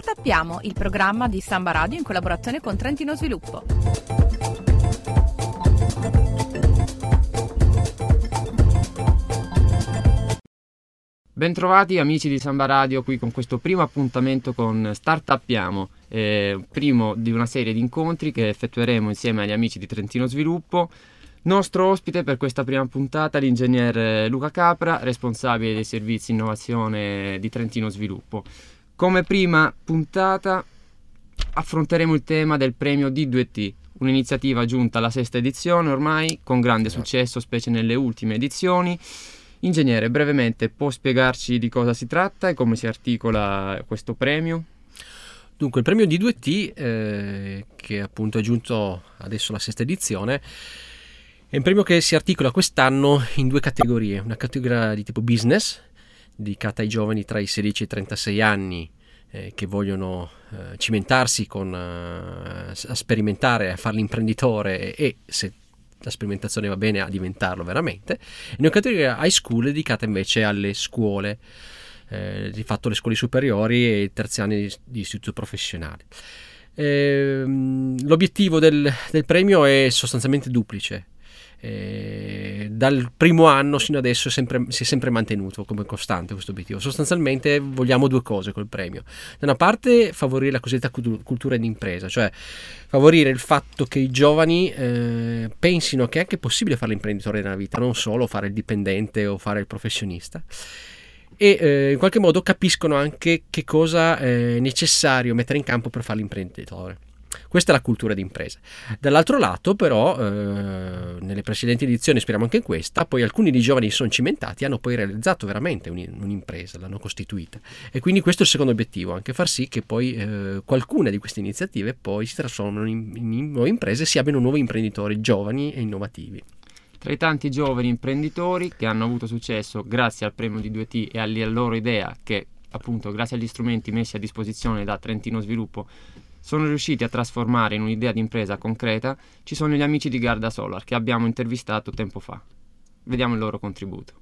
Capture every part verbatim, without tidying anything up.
Startuppiamo, il programma di Samba Radio in collaborazione con Trentino Sviluppo. Bentrovati amici di Samba Radio, qui con questo primo appuntamento con Startuppiamo, eh, primo di una serie di incontri che effettueremo insieme agli amici di Trentino Sviluppo. Nostro ospite per questa prima puntata l'ingegner Luca Capra, responsabile dei servizi innovazione di Trentino Sviluppo. Come prima puntata affronteremo il tema del premio D due T, un'iniziativa giunta alla sesta edizione ormai, con grande successo specie nelle ultime edizioni. Ingegnere, brevemente può spiegarci di cosa si tratta e come si articola questo premio? Dunque, il premio D due T, eh, che appunto è giunto adesso alla sesta edizione, è un premio che si articola quest'anno in due categorie. Una categoria di tipo business, dedicata ai giovani tra i sedici e i trentasei anni eh, che vogliono eh, cimentarsi con, eh, a sperimentare, a fare l'imprenditore e, e se la sperimentazione va bene, a diventarlo veramente. E una categoria high school dedicata invece alle scuole, eh, di fatto le scuole superiori e i terzi anni di, di istituto professionale. Eh, l'obiettivo del, del premio è sostanzialmente duplice. Eh, dal primo anno sino adesso è sempre, si è sempre mantenuto come costante questo obiettivo. Sostanzialmente vogliamo due cose col premio: da una parte favorire la cosiddetta cultura d'impresa, cioè favorire il fatto che i giovani eh, pensino che è anche possibile fare l'imprenditore nella vita, non solo fare il dipendente o fare il professionista, e eh, in qualche modo capiscono anche che cosa è necessario mettere in campo per fare l'imprenditore. Questa è la cultura d'impresa. Dall'altro lato però, eh, nelle precedenti edizioni, speriamo anche in questa, poi alcuni dei giovani si sono cimentati e hanno poi realizzato veramente un'impresa, l'hanno costituita. E quindi questo è il secondo obiettivo, anche far sì che poi eh, qualcuna di queste iniziative poi si trasformino in, in nuove imprese e si abbiano nuovi imprenditori giovani e innovativi. Tra i tanti giovani imprenditori che hanno avuto successo grazie al premio D due T e alla loro idea che, appunto, grazie agli strumenti messi a disposizione da Trentino Sviluppo, sono riusciti a trasformare in un'idea di impresa concreta, ci sono gli amici di Garda Solar che abbiamo intervistato tempo fa. Vediamo il loro contributo.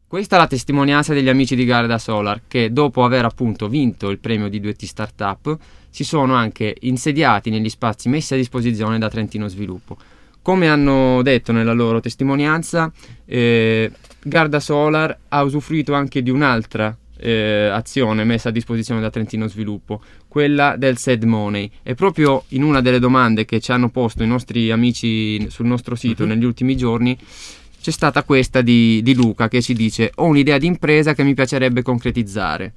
Questa è la testimonianza degli amici di Garda Solar, che dopo aver appunto vinto il premio di due T Startup si sono anche insediati negli spazi messi a disposizione da Trentino Sviluppo. Come hanno detto nella loro testimonianza, eh, Garda Solar ha usufruito anche di un'altra eh, azione messa a disposizione da Trentino Sviluppo, quella del Sad Money. E proprio in una delle domande che ci hanno posto i nostri amici sul nostro sito uh-huh. negli ultimi giorni c'è stata questa di, di Luca, che ci dice: ho un'idea di impresa che mi piacerebbe concretizzare,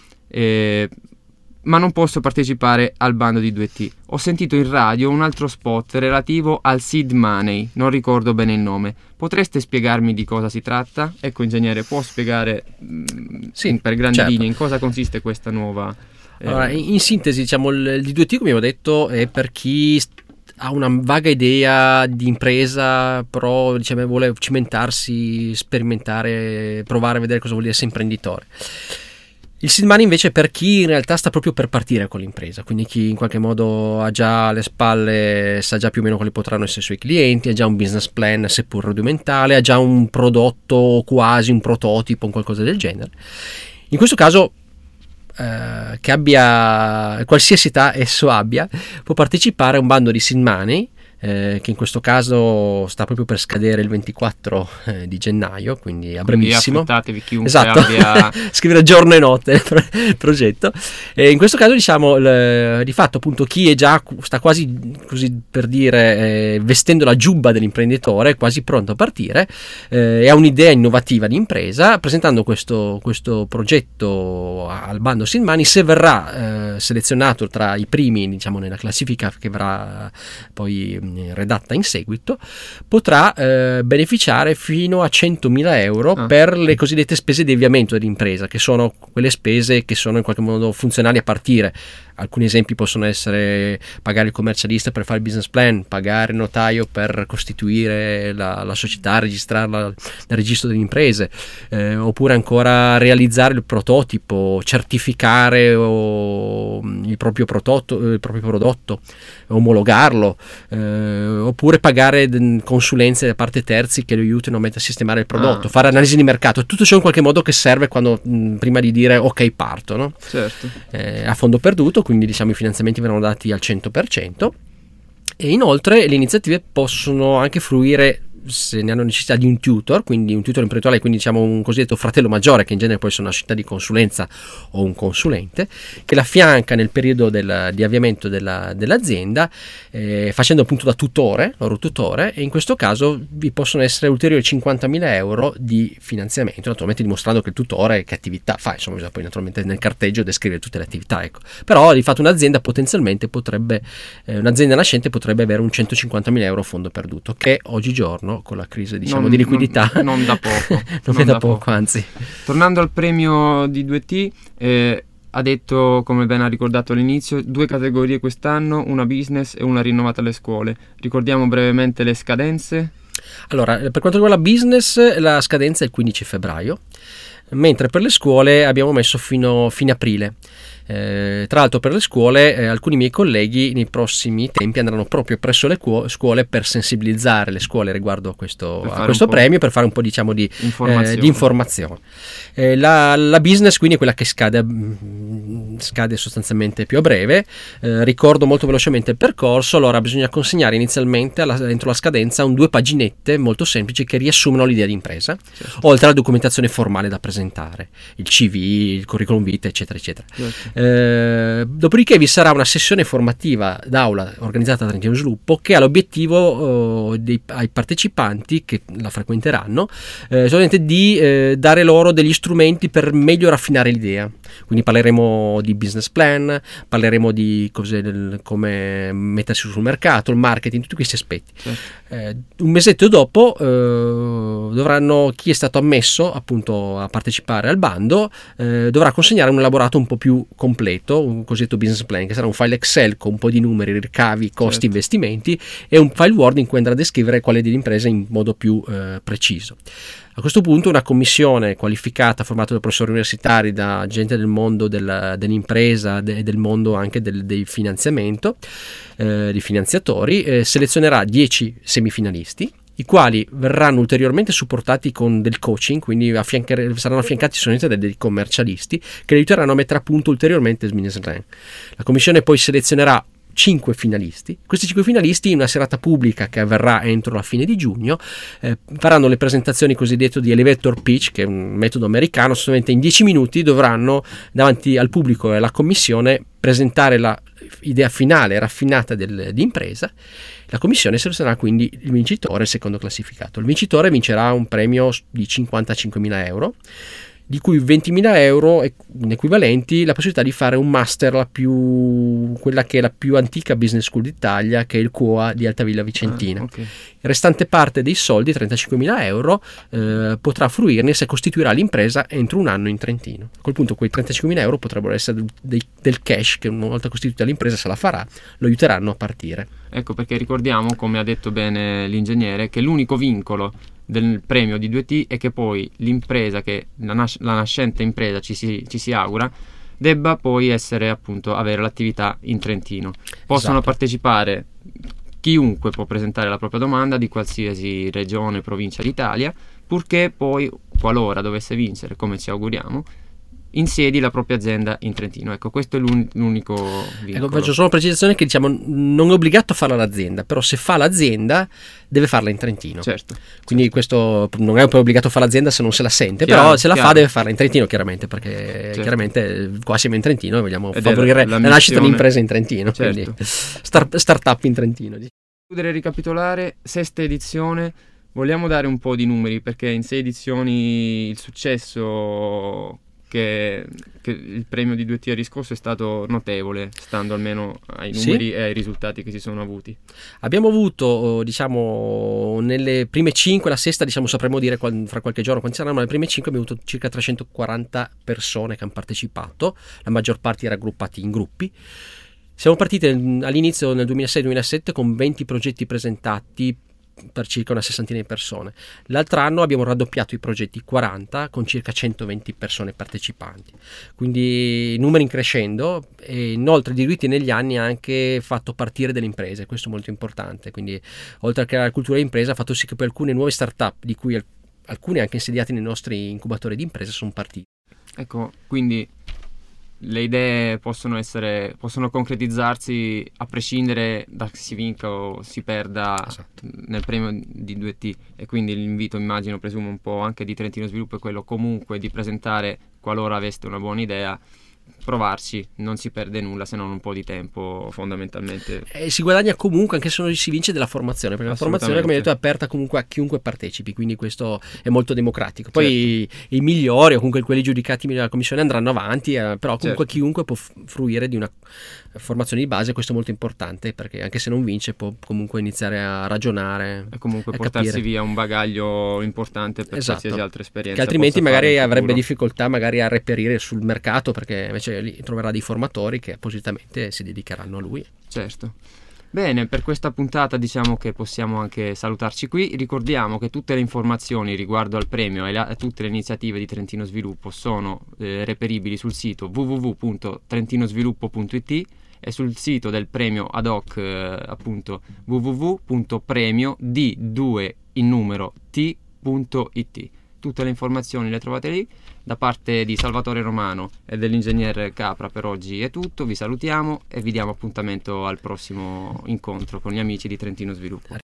eh, ma non posso partecipare al bando di due T. Ho sentito in radio un altro spot relativo al Seed Money, non ricordo bene il nome. Potreste spiegarmi di cosa si tratta? Ecco, ingegnere, può spiegare mh, sì, per grandi certo. linee in cosa consiste questa nuova... Eh... Allora, in, in sintesi, diciamo, il, il D due T, come abbiamo detto, è per chi ha una vaga idea di impresa, però diciamo, vuole cimentarsi, sperimentare, provare a vedere cosa vuol dire essere imprenditore. Il seed money invece è per chi in realtà sta proprio per partire con l'impresa, quindi chi in qualche modo ha già alle spalle, sa già più o meno quali potranno essere i suoi clienti, ha già un business plan seppur rudimentale, ha già un prodotto, quasi un prototipo, un qualcosa del genere. In questo caso eh, che abbia qualsiasi età esso abbia, può partecipare a un bando di seed money, Eh, che in questo caso sta proprio per scadere il ventiquattro eh, di gennaio, quindi a brevissimo. Quindi affrettatevi, chiunque esatto. abbia scrivere giorno e notte il progetto. E in questo caso diciamo il, di fatto appunto chi è già sta quasi così per dire eh, vestendo la giubba dell'imprenditore, quasi pronto a partire eh, e ha un'idea innovativa di impresa, presentando questo, questo progetto al bando seed money, se verrà eh, selezionato tra i primi diciamo nella classifica che verrà poi redatta in seguito, potrà eh, beneficiare fino a centomila euro ah. per le cosiddette spese di avviamento dell'impresa, che sono quelle spese che sono in qualche modo funzionali a partire. Alcuni esempi possono essere pagare il commercialista per fare il business plan, pagare il notaio per costituire la, la società, registrarla nel registro delle imprese, eh, oppure ancora realizzare il prototipo, certificare o, il proprio prodotto, il proprio prodotto, omologarlo, eh, oppure pagare consulenze da parte terzi che lo aiutino a mettere a sistemare il prodotto, ah. fare analisi di mercato. Tutto ciò in qualche modo che serve quando mh, prima di dire ok parto, no? Certo. Eh, a fondo perduto, quindi diciamo i finanziamenti verranno dati al cento per cento, e inoltre le iniziative possono anche fruire, se ne hanno necessità, di un tutor, quindi un tutor imprenditoriale, quindi diciamo un cosiddetto fratello maggiore, che in genere può essere una società di consulenza o un consulente, che l'affianca nel periodo del, di avviamento della, dell'azienda, eh, facendo appunto da tutore, loro tutore, e in questo caso vi possono essere ulteriori cinquantamila euro di finanziamento, naturalmente dimostrando che il tutore che attività fa, insomma bisogna poi naturalmente nel carteggio descrivere tutte le attività, ecco. Però di fatto un'azienda potenzialmente potrebbe, eh, un'azienda nascente potrebbe avere un centocinquantamila euro a fondo perduto, che oggigiorno con la crisi diciamo non, di liquidità non, non da poco non, non è da, da poco, poco anzi. Tornando al premio di due T, eh, ha detto, come ben ha ricordato all'inizio, due categorie quest'anno, una business e una rinnovata alle scuole. Ricordiamo brevemente le scadenze. Allora, per quanto riguarda business, la scadenza è il quindici febbraio, mentre per le scuole abbiamo messo fino fine aprile. Eh, tra l'altro per le scuole eh, alcuni miei colleghi nei prossimi tempi andranno proprio presso le cuo- scuole per sensibilizzare le scuole riguardo a questo, a questo premio, per fare un po' diciamo di informazione, eh, di informazione. Eh, la, la business quindi è quella che scade, scade sostanzialmente più a breve. Eh, ricordo molto velocemente il percorso. Allora bisogna consegnare inizialmente alla, entro la scadenza un due paginette molto semplici che riassumono l'idea di impresa, certo. oltre alla documentazione formale da presentare, il C V, il curriculum vitae eccetera eccetera. Certo. Eh, dopodiché vi sarà una sessione formativa d'aula organizzata da Trentino Sviluppo che ha l'obiettivo eh, dei, ai partecipanti che la frequenteranno eh, solamente di eh, dare loro degli strumenti per meglio raffinare l'idea. Quindi parleremo di business plan, parleremo di cose del, come mettersi sul mercato, il marketing, tutti questi aspetti. Certo. Eh, un mesetto dopo eh, dovranno, chi è stato ammesso appunto a partecipare al bando eh, dovrà consegnare un elaborato un po' più completo, un cosiddetto business plan, che sarà un file Excel con un po' di numeri, ricavi, costi, certo. investimenti, e un file Word in cui andrà a descrivere qual è dell'impresa in modo più eh, preciso. A questo punto una commissione qualificata formata da professori universitari, da gente del mondo del, dell'impresa e de, del mondo anche del, del finanziamento, eh, di finanziatori, eh, selezionerà dieci semifinalisti i quali verranno ulteriormente supportati con del coaching, quindi affiancare, saranno affiancati solamente da dei commercialisti che li aiuteranno a mettere a punto ulteriormente il business plan. La commissione poi selezionerà cinque finalisti. Questi cinque finalisti, in una serata pubblica che avverrà entro la fine di giugno, eh, faranno le presentazioni cosiddette di elevator pitch, che è un metodo americano. Solamente in dieci minuti dovranno davanti al pubblico e alla commissione presentare la idea finale raffinata del, di impresa. La commissione selezionerà quindi il vincitore e il secondo classificato. Il vincitore vincerà un premio di cinquantacinquemila euro, di cui ventimila euro in equivalenti la possibilità di fare un master, la più, quella che è la più antica business school d'Italia, che è il C U A di Altavilla Vicentina. Ah, okay. Il restante parte dei soldi, trentacinquemila euro, eh, potrà fruirne se costituirà l'impresa entro un anno in Trentino. A quel punto quei trentacinquemila euro potrebbero essere dei, del cash che, una volta costituita l'impresa, se la farà, lo aiuteranno a partire. Ecco perché ricordiamo, come ha detto bene l'ingegnere, che l'unico vincolo del premio di due T è che poi l'impresa, che la, nas- la nascente impresa ci si, ci si augura, debba poi essere, appunto, avere l'attività in Trentino. Possono esatto. partecipare, chiunque può presentare la propria domanda di qualsiasi regione, provincia d'Italia, purché poi, qualora dovesse vincere, come ci auguriamo, insedi la propria azienda in Trentino. Ecco, questo è l'un- l'unico vincolo. Ecco, faccio solo una precisazione che, diciamo, non è obbligato a farla l'azienda, però se fa l'azienda deve farla in Trentino. Certo. Quindi certo. questo non è poi obbligato a fare l'azienda se non se la sente, chiaro, però se la chiaro. fa deve farla in Trentino, chiaramente, perché certo. chiaramente qua siamo in Trentino e vogliamo Ed favorire la, la, la nascita di imprese in Trentino, certo. quindi start, start-up in Trentino. Per chiudere e ricapitolare, sesta edizione. Vogliamo dare un po' di numeri, perché in sei edizioni il successo Che, che il premio di due T ha riscosso è stato notevole, stando almeno ai numeri sì. e ai risultati che si sono avuti. Abbiamo avuto, diciamo, nelle prime cinque, la sesta, diciamo, sapremo dire qual, fra qualche giorno quanti saranno, ma nelle prime cinque abbiamo avuto circa trecentoquaranta persone che hanno partecipato, la maggior parte era raggruppati in gruppi. Siamo partiti all'inizio nel duemilasei duemilasette con venti progetti presentati per circa una sessantina di persone. L'altro anno abbiamo raddoppiato i progetti, quaranta, con circa centoventi persone partecipanti, quindi numeri in crescendo. E inoltre di diritti negli anni ha anche fatto partire delle imprese, questo è molto importante, quindi oltre a creare la cultura di impresa ha fatto sì che poi alcune nuove start-up, di cui alcune anche insediate nei nostri incubatori di imprese, sono partite. Ecco, quindi le idee possono essere possono concretizzarsi a prescindere da se si vinca o si perda esatto. nel premio di due T, e quindi l'invito, immagino, presumo un po' anche di Trentino Sviluppo, è quello comunque di presentare, qualora aveste una buona idea, provarci, non si perde nulla se non un po' di tempo, fondamentalmente. E si guadagna comunque, anche se non si vince, della formazione, perché la formazione, come hai detto, è aperta comunque a chiunque partecipi, quindi questo è molto democratico. Poi certo. i migliori, o comunque quelli giudicati dalla commissione, andranno avanti, eh, però comunque certo. chiunque può f- fruire di una formazione di base. Questo è molto importante, perché anche se non vince può comunque iniziare a ragionare e comunque a portarsi capire. via un bagaglio importante per esatto. qualsiasi altra esperienza, che altrimenti magari avrebbe futuro. difficoltà magari a reperire sul mercato, perché invece lì troverà dei formatori che appositamente si dedicheranno a lui. Certo. Bene, per questa puntata diciamo che possiamo anche salutarci qui. Ricordiamo che tutte le informazioni riguardo al premio e la, tutte le iniziative di Trentino Sviluppo sono eh, reperibili sul sito w w w punto trentinosviluppo punto i t e sul sito del premio ad hoc eh, appunto w w w punto premio d due in numero t punto i t. Tutte le informazioni le trovate lì. Da parte di Salvatore Romano e dell'ingegner Capra per oggi è tutto, vi salutiamo e vi diamo appuntamento al prossimo incontro con gli amici di Trentino Sviluppo.